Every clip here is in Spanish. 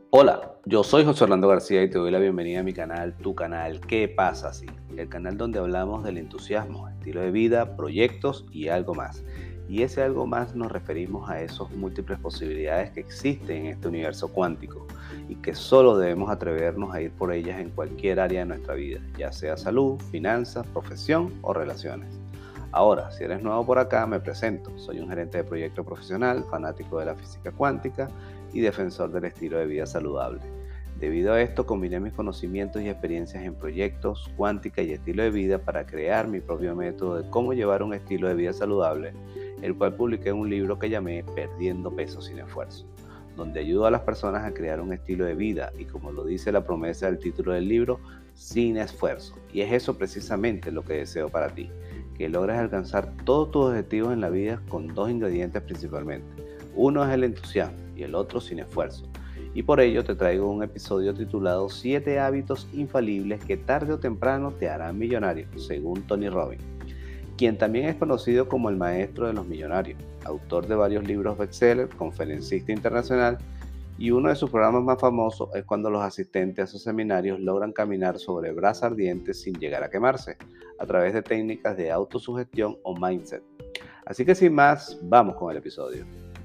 Hola, yo soy José Orlando García y te doy la bienvenida a mi canal, tu canal ¿Qué pasa si? El canal donde hablamos del entusiasmo, estilo de vida, proyectos y algo más. Y ese algo más nos referimos a esas múltiples posibilidades que existen en este universo cuántico y que solo debemos atrevernos a ir por ellas en cualquier área de nuestra vida, ya sea salud, finanzas, profesión o relaciones. Ahora, si eres nuevo por acá, me presento. Soy un gerente de proyecto profesional, fanático de la física cuántica y defensor del estilo de vida saludable. Debido a esto, combiné mis conocimientos y experiencias en proyectos, cuántica y estilo de vida para crear mi propio método de cómo llevar un estilo de vida saludable, el cual publiqué en un libro que llamé Perdiendo peso sin esfuerzo, donde ayudo a las personas a crear un estilo de vida y, como lo dice la promesa del título del libro, sin esfuerzo. Y es eso precisamente lo que deseo para ti, que logres alcanzar todos tus objetivos en la vida con dos ingredientes principalmente. Uno es el entusiasmo y el otro sin esfuerzo. Y por ello te traigo un episodio titulado 7 hábitos infalibles que tarde o temprano te harán millonario, según Tony Robbins, quien también es conocido como el maestro de los millonarios, autor de varios libros bestseller, conferencista internacional, y uno de sus programas más famosos es cuando los asistentes a sus seminarios logran caminar sobre brasa ardiente sin llegar a quemarse, a través de técnicas de autosugestión o mindset. Así que sin más, vamos con el episodio.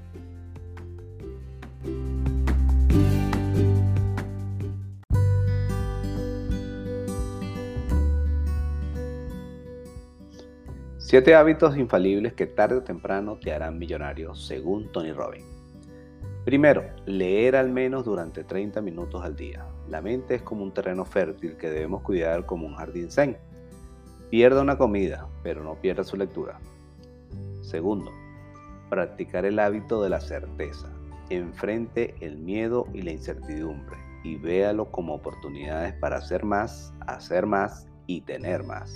Siete hábitos infalibles que tarde o temprano te harán millonario, según Tony Robbins. Primero, leer al menos durante 30 minutos al día. La mente es como un terreno fértil que debemos cuidar como un jardín zen. Pierda una comida, pero no pierda su lectura. Segundo, practicar el hábito de la certeza. Enfrente el miedo y la incertidumbre y véalo como oportunidades para hacer más y tener más.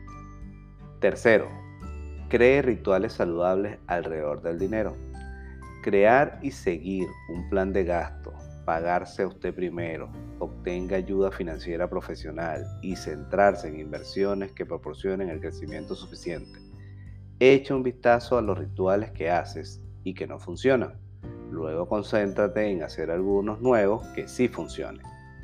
Tercero, cree rituales saludables alrededor del dinero. Crear y seguir un plan de gasto, pagarse a usted primero, obtenga ayuda financiera profesional y centrarse en inversiones que proporcionen el crecimiento suficiente. Echa un vistazo a los rituales que haces y que no funcionan. Luego concéntrate en hacer algunos nuevos que sí funcionen.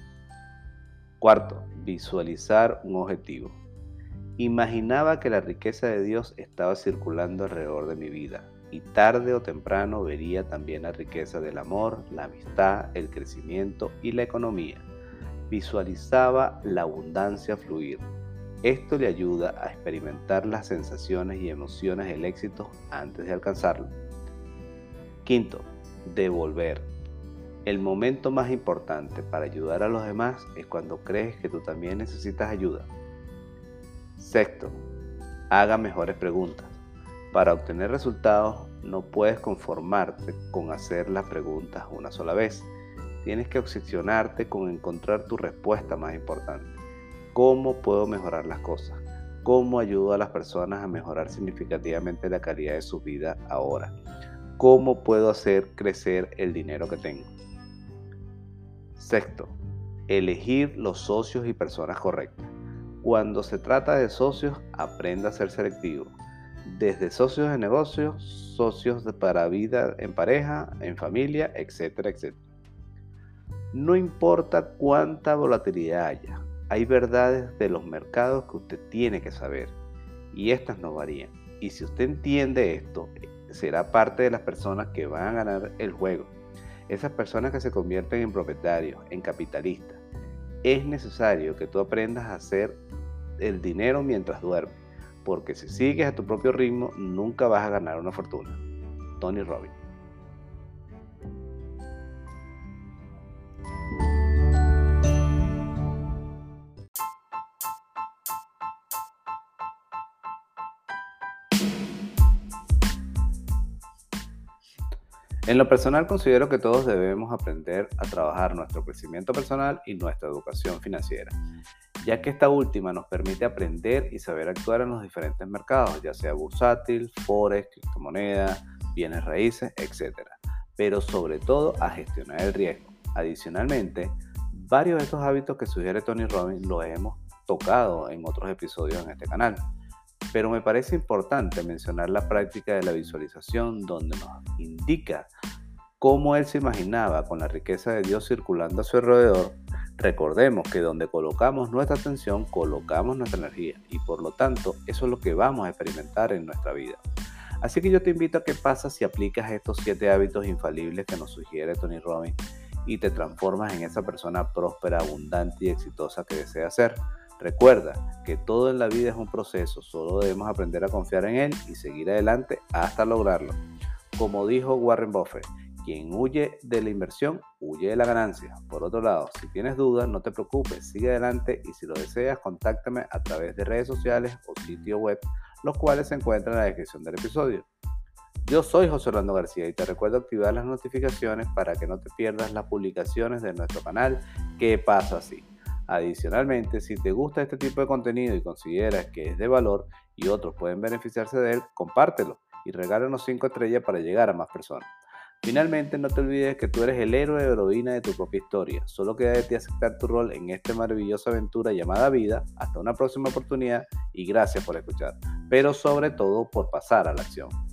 Cuarto, visualizar un objetivo. Imaginaba que la riqueza de Dios estaba circulando alrededor de mi vida y tarde o temprano vería también la riqueza del amor, la amistad, el crecimiento y la economía. Visualizaba la abundancia fluir. Esto le ayuda a experimentar las sensaciones y emociones del éxito antes de alcanzarlo. Quinto, devolver. El momento más importante para ayudar a los demás es cuando crees que tú también necesitas ayuda. Sexto, haga mejores preguntas. Para obtener resultados no puedes conformarte con hacer las preguntas una sola vez. Tienes que obsesionarte con encontrar tu respuesta más importante. ¿Cómo puedo mejorar las cosas? ¿Cómo ayudo a las personas a mejorar significativamente la calidad de su vida ahora? ¿Cómo puedo hacer crecer el dinero que tengo? Sexto, elegir los socios y personas correctas. Cuando se trata de socios, aprenda a ser selectivo. Desde socios de negocios, socios para vida en pareja, en familia, etcétera, etcétera. No importa cuánta volatilidad haya, hay verdades de los mercados que usted tiene que saber y estas no varían. Y si usted entiende esto, será parte de las personas que van a ganar el juego. Esas personas que se convierten en propietarios, en capitalistas. Es necesario que tú aprendas a hacer el dinero mientras duermes, porque si sigues a tu propio ritmo, nunca vas a ganar una fortuna. Tony Robbins. En lo personal, considero que todos debemos aprender a trabajar nuestro crecimiento personal y nuestra educación financiera, ya que esta última nos permite aprender y saber actuar en los diferentes mercados, ya sea bursátil, forex, criptomonedas, bienes raíces, etc. Pero sobre todo a gestionar el riesgo. Adicionalmente, varios de estos hábitos que sugiere Tony Robbins los hemos tocado en otros episodios en este canal. Pero me parece importante mencionar la práctica de la visualización, donde nos indica cómo él se imaginaba con la riqueza de Dios circulando a su alrededor. Recordemos que donde colocamos nuestra atención, colocamos nuestra energía y por lo tanto eso es lo que vamos a experimentar en nuestra vida. Así que yo te invito a que pases si aplicas estos 7 hábitos infalibles que nos sugiere Tony Robbins y te transformas en esa persona próspera, abundante y exitosa que deseas ser. Recuerda que todo en la vida es un proceso, solo debemos aprender a confiar en él y seguir adelante hasta lograrlo. Como dijo Warren Buffett, quien huye de la inversión, huye de la ganancia. Por otro lado, si tienes dudas, no te preocupes, sigue adelante y si lo deseas, contáctame a través de redes sociales o sitio web, los cuales se encuentran en la descripción del episodio. Yo soy José Orlando García y te recuerdo activar las notificaciones para que no te pierdas las publicaciones de nuestro canal ¿Qué pasa así? Adicionalmente, si te gusta este tipo de contenido y consideras que es de valor y otros pueden beneficiarse de él, compártelo y regálanos 5 estrellas para llegar a más personas. Finalmente, no te olvides que tú eres el héroe o heroína de tu propia historia. Solo queda de ti aceptar tu rol en esta maravillosa aventura llamada vida. Hasta una próxima oportunidad y gracias por escuchar, pero sobre todo por pasar a la acción.